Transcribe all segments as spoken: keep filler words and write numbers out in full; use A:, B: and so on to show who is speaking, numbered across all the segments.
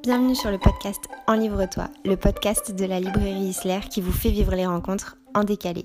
A: Bienvenue sur le podcast Enlivre-toi, le podcast de la librairie Isler qui vous fait vivre les rencontres en décalé.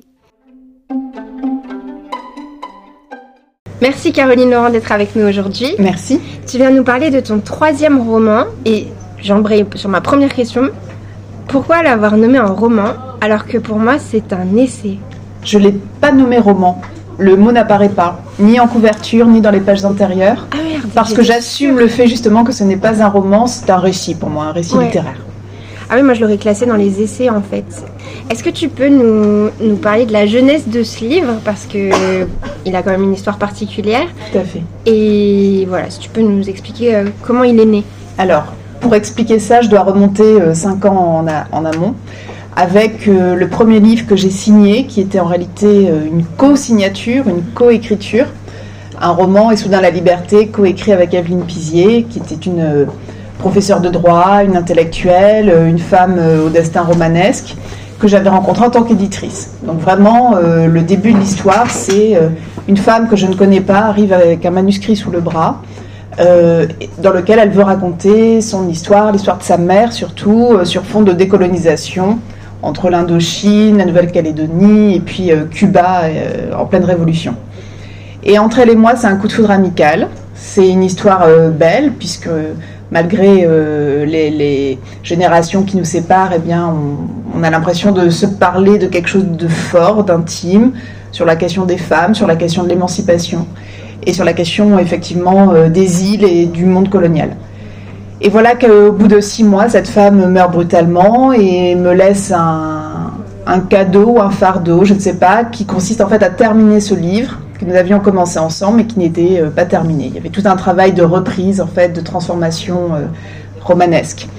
A: Merci Caroline Laurent d'être avec nous aujourd'hui.
B: Merci.
A: Tu viens nous parler de ton troisième roman et j'embraye sur ma première question. Pourquoi l'avoir nommé en roman alors que pour moi c'est un essai?
B: Je ne l'ai pas nommé roman. Le mot n'apparaît pas, ni en couverture, ni dans les pages intérieures.
A: Ah merde,
B: parce que j'assume sûre. le fait justement que ce n'est pas un roman, c'est un récit pour moi, un récit ouais. littéraire.
A: Ah oui, moi je l'aurais classé dans les essais en fait. Est-ce que tu peux nous, nous parler de la jeunesse de ce livre? Parce que il a quand même une histoire particulière.
B: Tout à fait.
A: Et voilà, si tu peux nous expliquer euh, comment il est né.
B: Alors, pour expliquer ça, je dois remonter euh, cinq ans en, a, en amont. Avec euh, le premier livre que j'ai signé, qui était en réalité euh, une co-signature, une co-écriture, un roman, Et soudain la liberté, co-écrit avec Evelyne Pizier, qui était une euh, professeure de droit, une intellectuelle, euh, une femme euh, au destin romanesque, que j'avais rencontrée en tant qu'éditrice. Donc vraiment, euh, le début de l'histoire, c'est euh, une femme que je ne connais pas, arrive avec un manuscrit sous le bras, euh, dans lequel elle veut raconter son histoire, l'histoire de sa mère surtout, euh, sur fond de décolonisation, entre l'Indochine, la Nouvelle-Calédonie et puis euh, Cuba euh, en pleine révolution. Et entre elle et moi, c'est un coup de foudre amical. C'est une histoire euh, belle, puisque malgré euh, les, les générations qui nous séparent, eh bien, on, on a l'impression de se parler de quelque chose de fort, d'intime, sur la question des femmes, sur la question de l'émancipation, et sur la question, effectivement, euh, des îles et du monde colonial. Et voilà qu'au bout de six mois, cette femme meurt brutalement et me laisse un, un cadeau, un fardeau, je ne sais pas, qui consiste en fait à terminer ce livre que nous avions commencé ensemble mais qui n'était pas terminé. Il y avait tout un travail de reprise, en fait, de transformation euh, romanesque.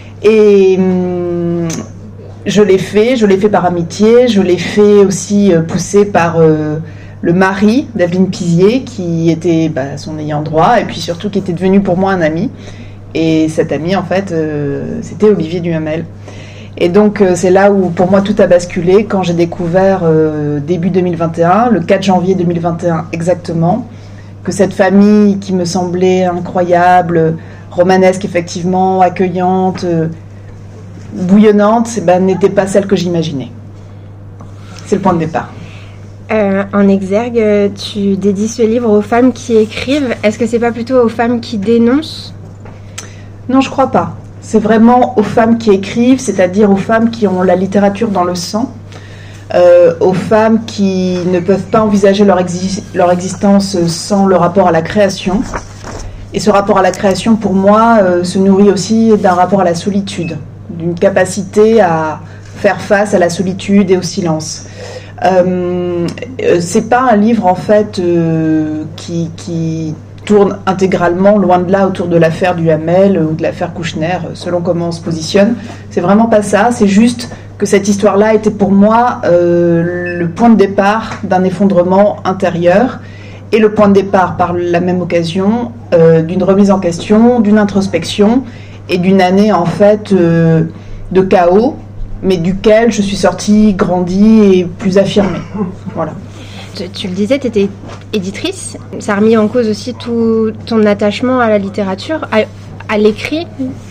B: Et hum, je l'ai fait, je l'ai fait par amitié, je l'ai fait aussi euh, poussé par euh, le mari d'Evelyne Pizier, qui était bah, son ayant droit et puis surtout qui était devenu pour moi un ami. Et cet ami, en fait, euh, c'était Olivier Duhamel. Et donc, euh, c'est là où, pour moi, tout a basculé quand j'ai découvert, euh, début deux mille vingt et un, le quatre janvier deux mille vingt et un exactement, que cette famille qui me semblait incroyable, romanesque, effectivement, accueillante, euh, bouillonnante, eh ben, n'était pas celle que j'imaginais. C'est le point de départ.
A: Euh, en exergue, tu dédies ce livre aux femmes qui écrivent. Est-ce que c'est pas plutôt aux femmes qui dénoncent ?
B: Non, je crois pas. C'est vraiment aux femmes qui écrivent, c'est-à-dire aux femmes qui ont la littérature dans le sang, euh, aux femmes qui ne peuvent pas envisager leur, exi- leur existence sans le rapport à la création. Et ce rapport à la création, pour moi, euh, se nourrit aussi d'un rapport à la solitude, d'une capacité à faire face à la solitude et au silence. Euh, c'est pas un livre, en fait, euh, qui... qui tourne intégralement, loin de là, autour de l'affaire Duhamel ou de l'affaire Kouchner, selon comment on se positionne. C'est vraiment pas ça, c'est juste que cette histoire-là était pour moi euh, le point de départ d'un effondrement intérieur et le point de départ, par la même occasion, euh, d'une remise en question, d'une introspection et d'une année, en fait, euh, de chaos, mais duquel je suis sortie grandie et plus affirmée. Voilà.
A: Tu, tu le disais, tu étais éditrice. Ça a remis en cause aussi tout ton attachement à la littérature, à, à l'écrit.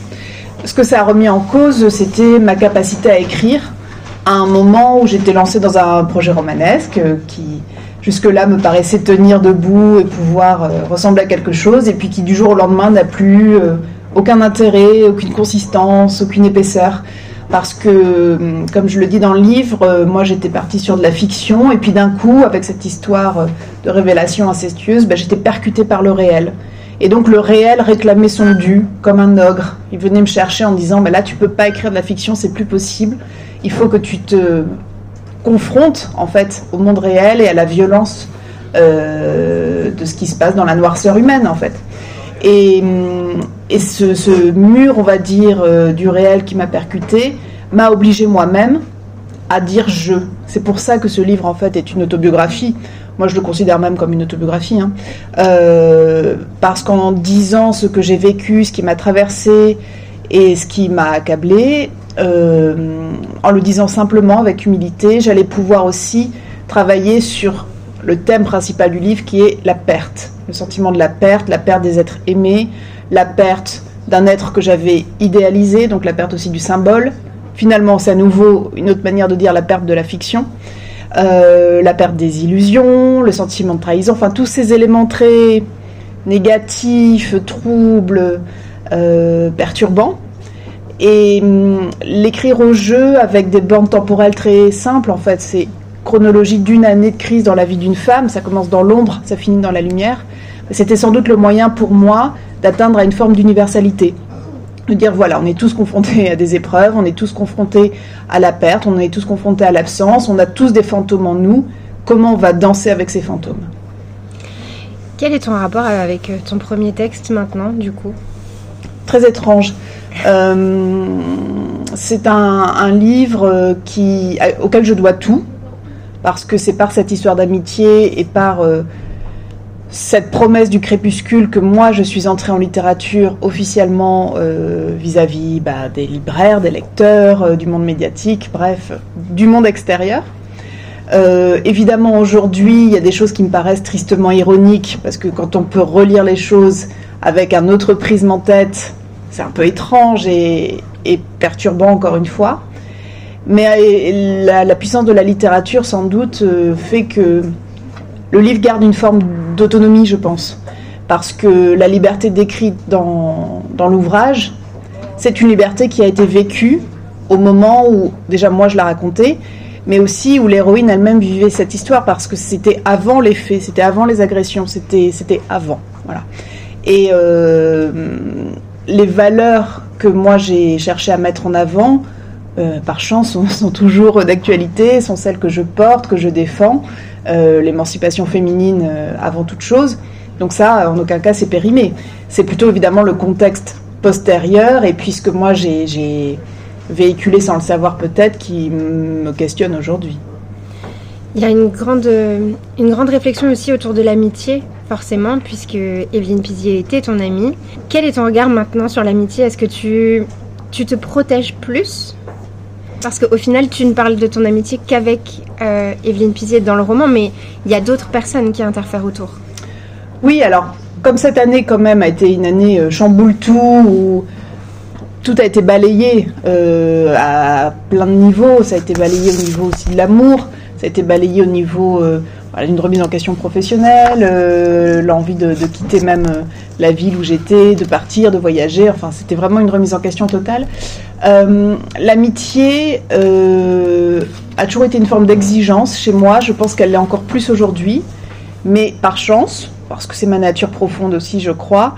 B: Ce que ça a remis en cause, c'était ma capacité à écrire à un moment où j'étais lancée dans un projet romanesque qui, jusque-là, me paraissait tenir debout et pouvoir euh, ressembler à quelque chose, et puis qui, du jour au lendemain, n'a plus euh, aucun intérêt, aucune consistance, aucune épaisseur. Parce que, comme je le dis dans le livre, moi j'étais partie sur de la fiction, et puis d'un coup, avec cette histoire de révélation incestueuse, ben, j'étais percutée par le réel. Et donc le réel réclamait son dû, comme un ogre. Il venait me chercher en disant, ben là tu peux pas écrire de la fiction, c'est plus possible. Il faut que tu te confrontes, en fait, au monde réel et à la violence euh, de ce qui se passe dans la noirceur humaine, en fait. Et, et ce, ce mur, on va dire, euh, du réel qui m'a percuté, m'a obligée moi-même à dire je. C'est pour ça que ce livre, en fait, est une autobiographie. Moi, je le considère même comme une autobiographie. Hein. Euh, parce qu'en disant ce que j'ai vécu, ce qui m'a traversé et ce qui m'a accablé, euh, en le disant simplement, avec humilité, j'allais pouvoir aussi travailler sur le thème principal du livre, qui est la perte. Le sentiment de la perte, la perte des êtres aimés, la perte d'un être que j'avais idéalisé, donc la perte aussi du symbole. Finalement, c'est à nouveau une autre manière de dire la perte de la fiction, euh, la perte des illusions, le sentiment de trahison, enfin tous ces éléments très négatifs, troubles, euh, perturbants. Et hum, l'écrire au jeu avec des bornes temporelles très simples, en fait, c'est chronologie d'une année de crise dans la vie d'une femme, ça commence dans l'ombre, ça finit dans la lumière. C'était sans doute le moyen pour moi d'atteindre à une forme d'universalité. De dire, voilà, on est tous confrontés à des épreuves, on est tous confrontés à la perte, on est tous confrontés à l'absence, on a tous des fantômes en nous. Comment on va danser avec ces fantômes ?
A: Quel est ton rapport avec ton premier texte maintenant, du coup ?
B: Très étrange. Euh, c'est un, un livre qui, auquel je dois tout, parce que c'est par cette histoire d'amitié et par... Euh, cette promesse du crépuscule que moi je suis entrée en littérature officiellement euh, vis-à-vis bah, des libraires, des lecteurs, euh, du monde médiatique, bref, du monde extérieur. Euh, évidemment aujourd'hui il y a des choses qui me paraissent tristement ironiques parce que quand on peut relire les choses avec un autre prisme en tête, c'est un peu étrange et, et perturbant encore une fois. Mais la, la puissance de la littérature sans doute euh, fait que le livre garde une forme d'autonomie, je pense, parce que la liberté décrite dans, dans l'ouvrage, c'est une liberté qui a été vécue au moment où, déjà moi je la racontais, mais aussi où l'héroïne elle-même vivait cette histoire, parce que c'était avant les faits, c'était avant les agressions, c'était, c'était avant. Voilà. Et euh, les valeurs que moi j'ai cherché à mettre en avant, euh, par chance, sont, sont toujours d'actualité, sont celles que je porte, que je défends. Euh, l'émancipation féminine euh, avant toute chose. Donc ça, en aucun cas, c'est périmé. C'est plutôt évidemment le contexte postérieur, et puis ce que moi j'ai, j'ai véhiculé sans le savoir peut-être, qui me questionne aujourd'hui.
A: Il y a une grande, une grande réflexion aussi autour de l'amitié, forcément, puisque Evelyne Pizier était ton amie. Quel est ton regard maintenant sur l'amitié ? Est-ce que tu, tu te protèges plus ? Parce qu'au final, tu ne parles de ton amitié qu'avec euh, Evelyne Pizier dans le roman, mais il y a d'autres personnes qui interfèrent autour.
B: Oui, alors, comme cette année quand même a été une année euh, chamboule tout, où tout a été balayé euh, à plein de niveaux, ça a été balayé au niveau aussi de l'amour, ça a été balayé au niveau euh, voilà, d'une remise en question professionnelle, euh, l'envie de, de quitter même euh, la ville où j'étais, de partir, de voyager, enfin c'était vraiment une remise en question totale. Euh, l'amitié euh, a toujours été une forme d'exigence chez moi, je pense qu'elle l'est encore plus aujourd'hui, mais par chance, parce que c'est ma nature profonde aussi je crois,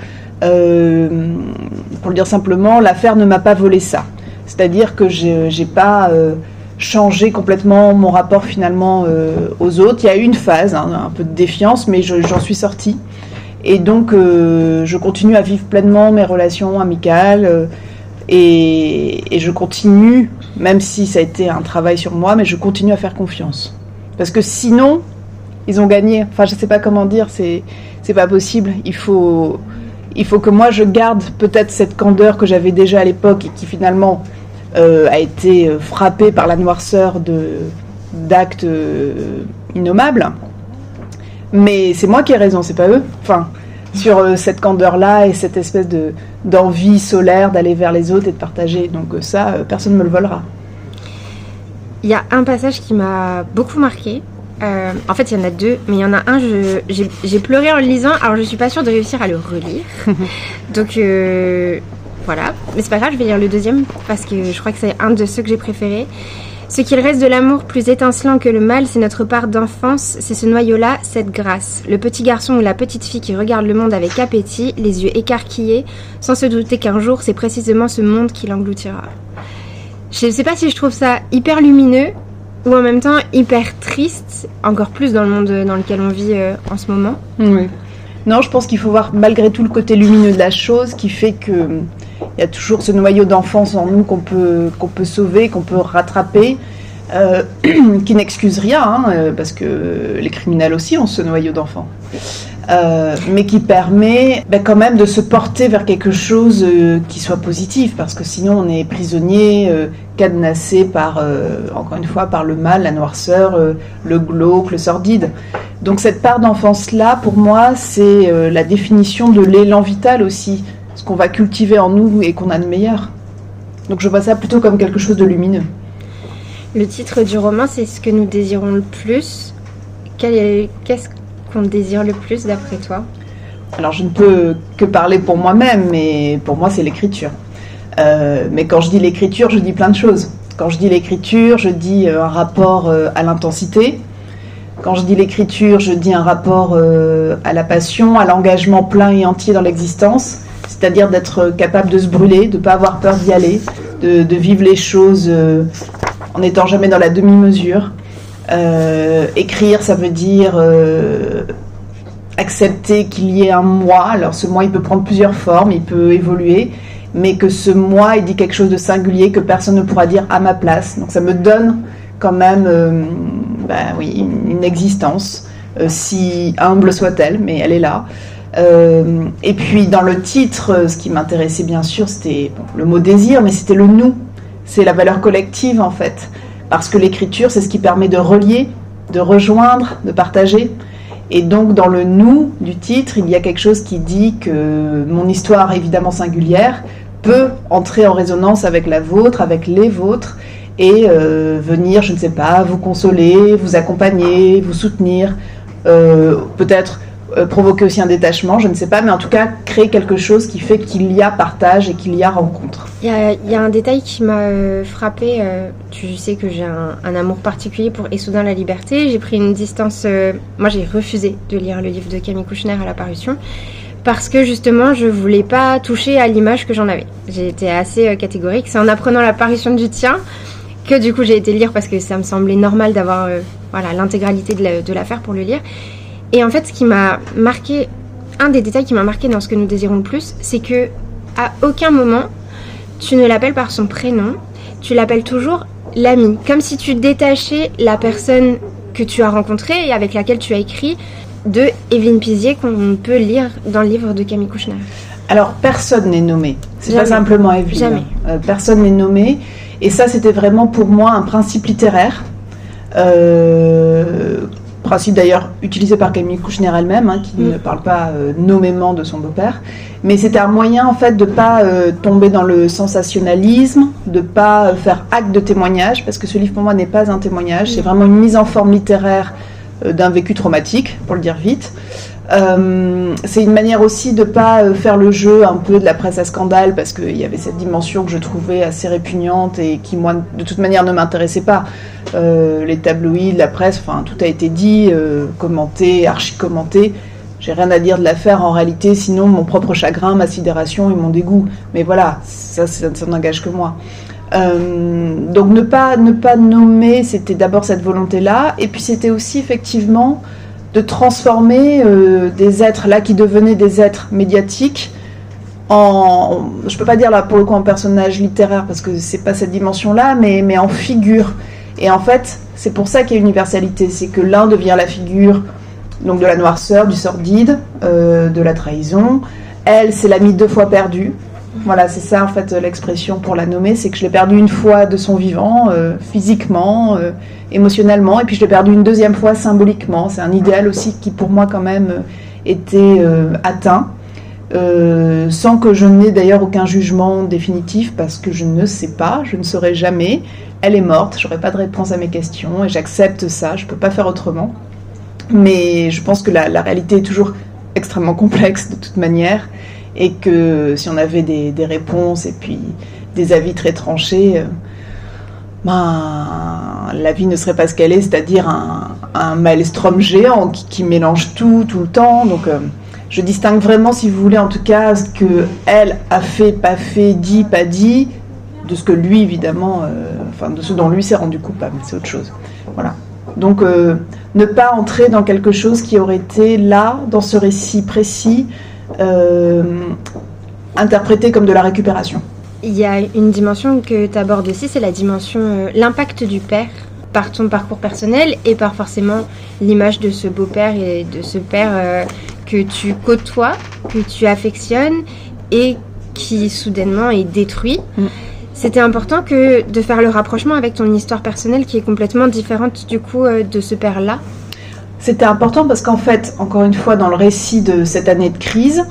B: euh, pour le dire simplement, l'affaire ne m'a pas volé ça. C'est-à-dire que je n'ai pas euh, changé complètement mon rapport finalement euh, aux autres. Il y a eu une phase, hein, un peu de défiance, mais je, j'en suis sortie. Et donc euh, je continue à vivre pleinement mes relations amicales, euh, Et, et je continue, même si ça a été un travail sur moi, mais je continue à faire confiance. Parce que sinon, ils ont gagné. Enfin, je ne sais pas comment dire, c'est, c'est pas possible. Il faut, il faut que moi, je garde peut-être cette candeur que j'avais déjà à l'époque et qui finalement euh, a été frappée par la noirceur de, d'actes euh, innommables. Mais c'est moi qui ai raison, c'est pas eux. Enfin... sur euh, cette candeur-là et cette espèce de, d'envie solaire d'aller vers les autres et de partager. Donc euh, ça, euh, personne ne me le volera.
A: Il y a un passage qui m'a beaucoup marqué. Euh, en fait, il y en a deux, mais il y en a un, je, j'ai, j'ai pleuré en le lisant, alors je ne suis pas sûre de réussir à le relire. Donc euh, voilà, mais c'est pas grave, je vais lire le deuxième, parce que je crois que c'est un de ceux que j'ai préférés. Ce qu'il reste de l'amour plus étincelant que le mal, c'est notre part d'enfance, c'est ce noyau-là, cette grâce. Le petit garçon ou la petite fille qui regarde le monde avec appétit, les yeux écarquillés, sans se douter qu'un jour, c'est précisément ce monde qui l'engloutira. Je ne sais pas si je trouve ça hyper lumineux, ou en même temps hyper triste, encore plus dans le monde dans lequel on vit euh, en ce moment.
B: Oui. Non, je pense qu'il faut voir malgré tout le côté lumineux de la chose qui fait que il y a toujours ce noyau d'enfance en nous qu'on peut, qu'on peut sauver, qu'on peut rattraper, euh, qui n'excuse rien, hein, parce que les criminels aussi ont ce noyau d'enfant, euh, mais qui permet ben, quand même de se porter vers quelque chose euh, qui soit positif, parce que sinon on est prisonnier, euh, cadenassé par, euh, encore une fois, par le mal, la noirceur, euh, le glauque, le sordide. Donc cette part d'enfance-là, pour moi, c'est euh, la définition de l'élan vital aussi ce qu'on va cultiver en nous et qu'on a de meilleur. Donc je vois ça plutôt comme quelque chose de lumineux.
A: Le titre du roman, c'est ce que nous désirons le plus. Quel est, qu'est-ce qu'on désire le plus d'après toi ?
B: Alors je ne peux que parler pour moi-même, mais pour moi c'est l'écriture. Euh, mais quand je dis l'écriture, je dis plein de choses. Quand je dis l'écriture, je dis un rapport euh, à l'intensité. Quand je dis l'écriture, je dis un rapport euh, à la passion, à l'engagement plein et entier dans l'existence. C'est-à-dire d'être capable de se brûler, de ne pas avoir peur d'y aller, de, de vivre les choses euh, en n'étant jamais dans la demi-mesure. Euh, écrire, ça veut dire euh, accepter qu'il y ait un moi. Alors ce moi, il peut prendre plusieurs formes, il peut évoluer, mais que ce moi, il dit quelque chose de singulier que personne ne pourra dire à ma place. Donc ça me donne quand même euh, bah, oui, une, une existence, euh, si humble soit-elle, mais elle est là. Euh, et puis dans le titre, ce qui m'intéressait bien sûr, c'était bon, le mot désir, mais c'était le nous. C'est la valeur collective en fait. Parce que l'écriture, c'est ce qui permet de relier, de rejoindre, de partager. Et donc dans le nous du titre, il y a quelque chose qui dit que mon histoire évidemment singulière peut entrer en résonance avec la vôtre, avec les vôtres, et euh, venir, je ne sais pas, vous consoler, vous accompagner, vous soutenir, euh, peut-être euh, provoquer aussi un détachement, je ne sais pas, mais en tout cas créer quelque chose qui fait qu'il y a partage et qu'il y a rencontre.
A: Il y a, il y a un détail qui m'a euh, frappée. Euh, tu sais que j'ai un, un amour particulier pour Et soudain la liberté. J'ai pris une distance. Euh, moi, j'ai refusé de lire le livre de Camille Kouchner à la parution parce que justement, je voulais pas toucher à l'image que j'en avais. J'ai été assez euh, catégorique. C'est en apprenant la parution du tien que du coup j'ai été lire parce que ça me semblait normal d'avoir euh, voilà, l'intégralité de, la, de l'affaire pour le lire. Et en fait, ce qui m'a marqué, un des détails qui m'a marqué dans ce que nous désirons le plus, c'est que à aucun moment tu ne l'appelles par son prénom, tu l'appelles toujours l'ami, comme si tu détachais la personne que tu as rencontrée et avec laquelle tu as écrit de Evelyne Pizier qu'on peut lire dans le livre de Camille Kouchner.
B: Alors personne n'est nommé, c'est
A: Jamais.
B: pas simplement Evelyne.
A: Jamais.
B: Euh, personne n'est nommé, et ça c'était vraiment pour moi un principe littéraire. Euh, principe d'ailleurs utilisé par Camille Kouchner elle-même, hein, qui mmh. ne parle pas euh, nommément de son beau-père, mais c'était un moyen en fait de pas euh, tomber dans le sensationnalisme, de pas euh, faire acte de témoignage, parce que ce livre pour moi n'est pas un témoignage, mmh. c'est vraiment une mise en forme littéraire euh, d'un vécu traumatique, pour le dire vite. Euh, c'est une manière aussi de ne pas euh, faire le jeu un peu de la presse à scandale, parce qu'il y avait cette dimension que je trouvais assez répugnante et qui moi de toute manière ne m'intéressait pas. Euh, les tabloïds, la presse, enfin tout a été dit, euh, commenté, archi-commenté. J'ai rien à dire de l'affaire en réalité, sinon mon propre chagrin, ma sidération et mon dégoût. Mais voilà, ça, ça, ça n'engage que moi. Euh, donc ne pas, ne pas nommer, c'était d'abord cette volonté-là, et puis c'était aussi effectivement de transformer euh, des êtres là qui devenaient des êtres médiatiques en, je peux pas dire là pour le coup en personnage littéraire parce que c'est pas cette dimension-là, mais, mais en figure. Et en fait, c'est pour ça qu'il y a universalité, c'est que l'un devient la figure donc de la noirceur, du sordide, euh, de la trahison. Elle, c'est l'amie deux fois perdue. Voilà, c'est ça en fait l'expression pour la nommer, c'est que je l'ai perdue une fois de son vivant, euh, physiquement, euh, émotionnellement, et puis je l'ai perdue une deuxième fois symboliquement. C'est un idéal aussi qui pour moi quand même euh, était euh, atteint, euh, sans que je n'ai d'ailleurs aucun jugement définitif, parce que je ne sais pas, je ne saurai jamais. Elle est morte, j'aurai pas de réponse à mes questions, et j'accepte ça, je peux pas faire autrement. Mais je pense que la, la réalité est toujours extrêmement complexe de toute manière, et que si on avait des, des réponses et puis des avis très tranchés, euh, ben, la vie ne serait pas ce qu'elle est, c'est-à-dire un, un maelstrom géant qui, qui mélange tout, tout le temps. Donc euh, je distingue vraiment, si vous voulez, en tout cas, ce qu'elle a fait, pas fait, dit, pas dit, de ce que lui, évidemment, euh, enfin, de ce dont lui s'est rendu coupable, c'est autre chose. Voilà. Donc, euh, ne pas entrer dans quelque chose qui aurait été là, dans ce récit précis, Euh, interprété comme de la récupération.
A: Il y a une dimension que tu abordes aussi, c'est la dimension, euh, l'impact du père par ton parcours personnel et par forcément l'image de ce beau-père et de ce père euh, que tu côtoies, que tu affectionnes et qui soudainement est détruit. Mm. C'était important que de faire le rapprochement avec ton histoire personnelle qui est complètement différente du coup euh, de ce père-là.
B: C'était important parce qu'en fait, encore une fois, dans le récit de cette année de crise,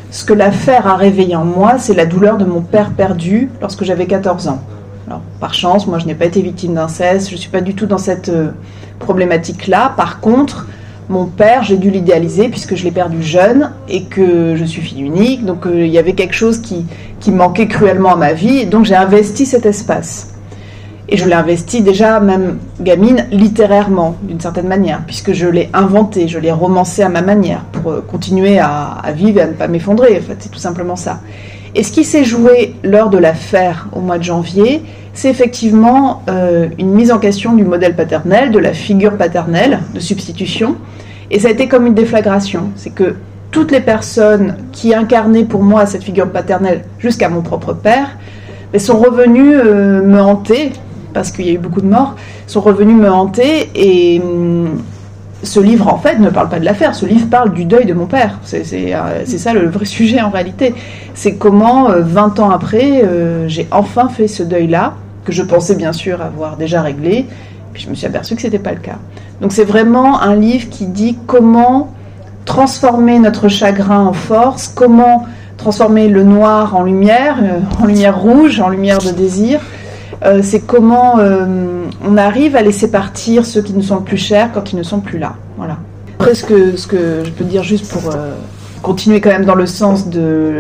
B: Ce que l'affaire a réveillé en moi, c'est la douleur de mon père perdu lorsque j'avais quatorze ans. Alors, par chance, moi, je n'ai pas été victime d'inceste, je ne suis pas du tout dans cette euh, problématique-là. Par contre, mon père, j'ai dû l'idéaliser puisque je l'ai perdu jeune et que je suis fille unique. Donc, euh, il y avait quelque chose qui, qui manquait cruellement à ma vie. Et donc, j'ai investi cet espace. Et je l'ai investi déjà, même gamine, littérairement, d'une certaine manière, puisque je l'ai inventé, je l'ai romancé à ma manière, pour euh, continuer à, à vivre et à ne pas m'effondrer. En fait, c'est tout simplement ça. Et ce qui s'est joué lors de l'affaire au mois de janvier, c'est effectivement euh, une mise en question du modèle paternel, de la figure paternelle, de substitution. Et ça a été comme une déflagration. C'est que toutes les personnes qui incarnaient pour moi cette figure paternelle, jusqu'à mon propre père, mais sont revenues euh, me hanter, parce qu'il y a eu beaucoup de morts, sont revenues me hanter. Et hum, ce livre, en fait, ne parle pas de l'affaire. Ce livre parle du deuil de mon père. C'est, c'est, euh, c'est ça le vrai sujet, en réalité. C'est comment, euh, vingt ans après, euh, j'ai enfin fait ce deuil-là, que je pensais bien sûr avoir déjà réglé, puis je me suis aperçue que ce n'était pas le cas. Donc c'est vraiment un livre qui dit comment transformer notre chagrin en force, comment transformer le noir en lumière, euh, en lumière rouge, en lumière de désir. Euh, c'est comment euh, on arrive à laisser partir ceux qui nous sont le plus chers quand ils ne sont plus là. Voilà. Après, ce que, ce que je peux dire juste pour euh, continuer quand même dans le sens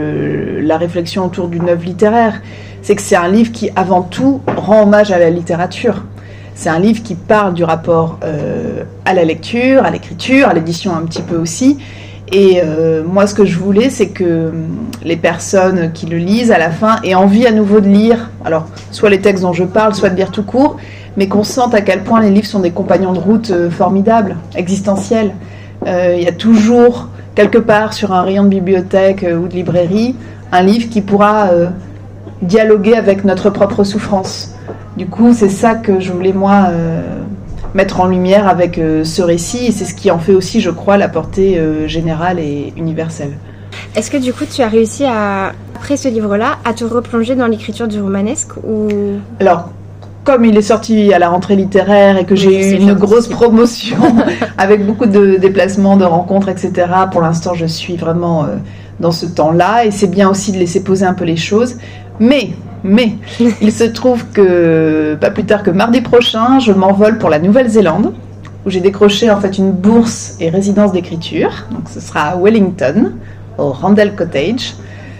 B: de la réflexion autour d'une œuvre littéraire, c'est que c'est un livre qui, avant tout, rend hommage à la littérature. C'est un livre qui parle du rapport euh, à la lecture, à l'écriture, à l'édition un petit peu aussi. Et euh, moi, ce que je voulais, c'est que les personnes qui le lisent, à la fin, aient envie à nouveau de lire, alors, soit les textes dont je parle, soit de lire tout court, mais qu'on sente à quel point les livres sont des compagnons de route euh, formidables, existentiels. Euh, il y a toujours, quelque part, sur un rayon de bibliothèque euh, ou de librairie, un livre qui pourra euh, dialoguer avec notre propre souffrance. Du coup, c'est ça que je voulais, moi, euh, mettre en lumière avec euh, ce récit, et c'est ce qui en fait aussi, je crois, la portée euh, générale et universelle.
A: Est-ce que du coup, tu as réussi, à, après ce livre-là, à te replonger dans l'écriture du romanesque ou...
B: Alors, comme il est sorti à la rentrée littéraire et que j'ai oui, eu une grosse promotion avec beaucoup de déplacements, de rencontres, et cetera, pour l'instant, je suis vraiment euh, dans ce temps-là, et c'est bien aussi de laisser poser un peu les choses. Mais... Mais il se trouve que, pas plus tard que mardi prochain, je m'envole pour la Nouvelle-Zélande, où j'ai décroché en fait une bourse et résidence d'écriture. Donc ce sera à Wellington, au Randall Cottage.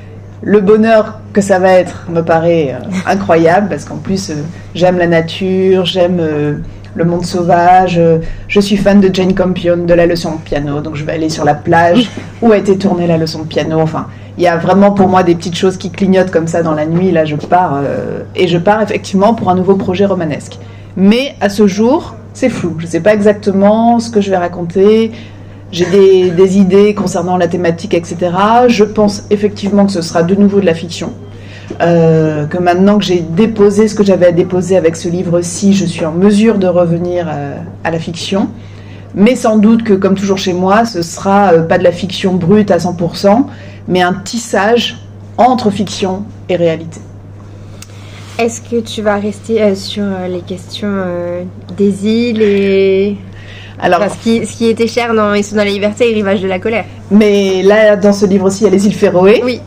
B: Le bonheur que ça va être me paraît euh, incroyable, parce qu'en plus, euh, j'aime la nature, j'aime euh, le monde sauvage, euh, je suis fan de Jane Campion, de la leçon de piano, donc je vais aller sur la plage où a été tournée la leçon de piano, enfin... Il y a vraiment pour moi des petites choses qui clignotent comme ça dans la nuit. Là, je pars euh, et je pars effectivement pour un nouveau projet romanesque. Mais à ce jour, c'est flou. Je ne sais pas exactement ce que je vais raconter. J'ai des, des idées concernant la thématique, et cetera. Je pense effectivement que ce sera de nouveau de la fiction. Euh, que maintenant que j'ai déposé ce que j'avais à déposer avec ce livre-ci, je suis en mesure de revenir euh, à la fiction. Mais sans doute que, comme toujours chez moi, ce sera euh, pas de la fiction brute à cent pour cent, mais un tissage entre fiction et réalité.
A: Est-ce que tu vas rester euh, sur euh, les questions euh, des îles et... Alors, enfin, ce, qui, ce qui était cher dans Ils sont dans la liberté et Rivage de la colère.
B: Mais là, dans ce livre aussi, il y a les îles Féroé.
A: Oui.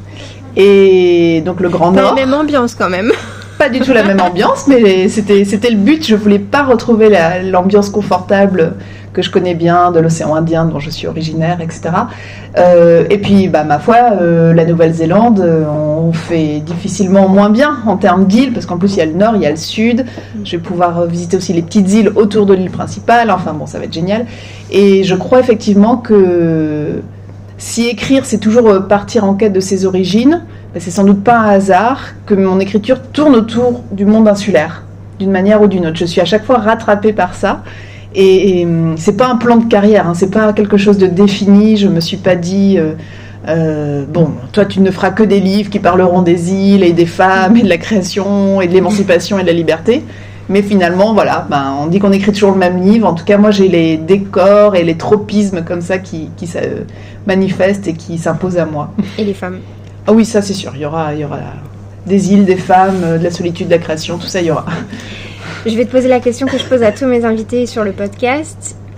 B: Et donc le Grand
A: Pas
B: Nord.
A: la même ambiance quand même.
B: Pas du tout la même ambiance, mais c'était, c'était le but. Je voulais pas retrouver la, l'ambiance confortable que je connais bien de l'océan Indien dont je suis originaire, et cetera. Euh, et puis, bah, ma foi, euh, la Nouvelle-Zélande, euh, on fait difficilement moins bien en termes d'îles, parce qu'en plus, il y a le nord, il y a le sud. Je vais pouvoir visiter aussi les petites îles autour de l'île principale. Enfin bon, ça va être génial. Et je crois effectivement que si écrire, c'est toujours partir en quête de ses origines, bah, c'est sans doute pas un hasard que mon écriture tourne autour du monde insulaire, d'une manière ou d'une autre. Je suis à chaque fois rattrapée par ça. Et, et c'est pas un plan de carrière, hein, c'est pas quelque chose de défini. Je me suis pas dit euh, euh, bon, toi tu ne feras que des livres qui parleront des îles et des femmes et de la création et de l'émancipation et de la liberté. Mais finalement, voilà, ben, on dit qu'on écrit toujours le même livre. En tout cas, moi j'ai les décors et les tropismes comme ça qui, qui ça, euh, manifestent et qui s'imposent à moi.
A: Et les femmes.
B: Ah oui, ça c'est sûr. Il y aura, il y aura des îles, des femmes, de la solitude, de la création, tout ça il y aura.
A: Je vais te poser la question que je pose à tous mes invités sur le podcast.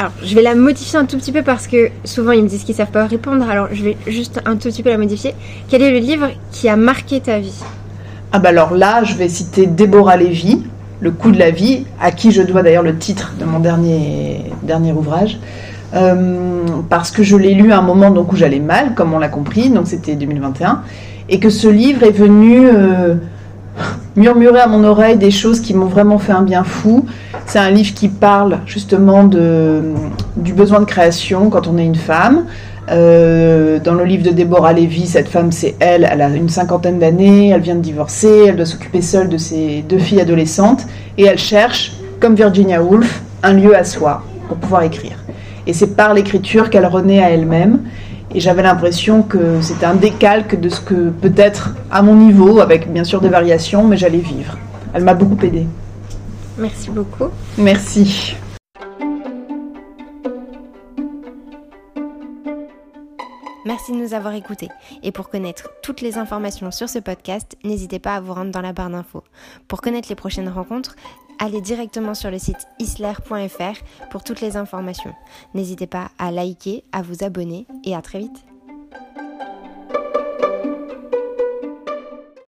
A: alors, je vais la modifier un tout petit peu parce que souvent ils me disent qu'ils savent pas répondre. Alors, je vais juste un tout petit peu la modifier. Quel est le livre qui a marqué ta vie ?
B: Ah bah alors là, je vais citer Déborah Lévy, Le coût de la vie, à qui je dois d'ailleurs le titre de mon dernier, dernier ouvrage. Euh, parce que je l'ai lu à un moment donc, où j'allais mal, comme on l'a compris, donc c'était deux mille vingt et un, et que ce livre est venu euh, murmurer à mon oreille des choses qui m'ont vraiment fait un bien fou. C'est un livre qui parle justement de, du besoin de création quand on est une femme. Euh, dans le livre de Déborah Lévy, cette femme, c'est elle, elle a une cinquantaine d'années, elle vient de divorcer, elle doit s'occuper seule de ses deux filles adolescentes, et elle cherche, comme Virginia Woolf, un lieu à soi pour pouvoir écrire. Et c'est par l'écriture qu'elle renaît à elle-même. Et j'avais l'impression que c'était un décalque de ce que peut-être à mon niveau, avec bien sûr des variations, mais j'allais vivre. Elle m'a beaucoup aidée.
A: Merci beaucoup.
B: Merci.
A: Merci de nous avoir écoutés. Et pour connaître toutes les informations sur ce podcast, n'hésitez pas à vous rendre dans la barre d'infos. Pour connaître les prochaines rencontres, allez directement sur le site isler point f r pour toutes les informations. N'hésitez pas à liker, à vous abonner et à très vite.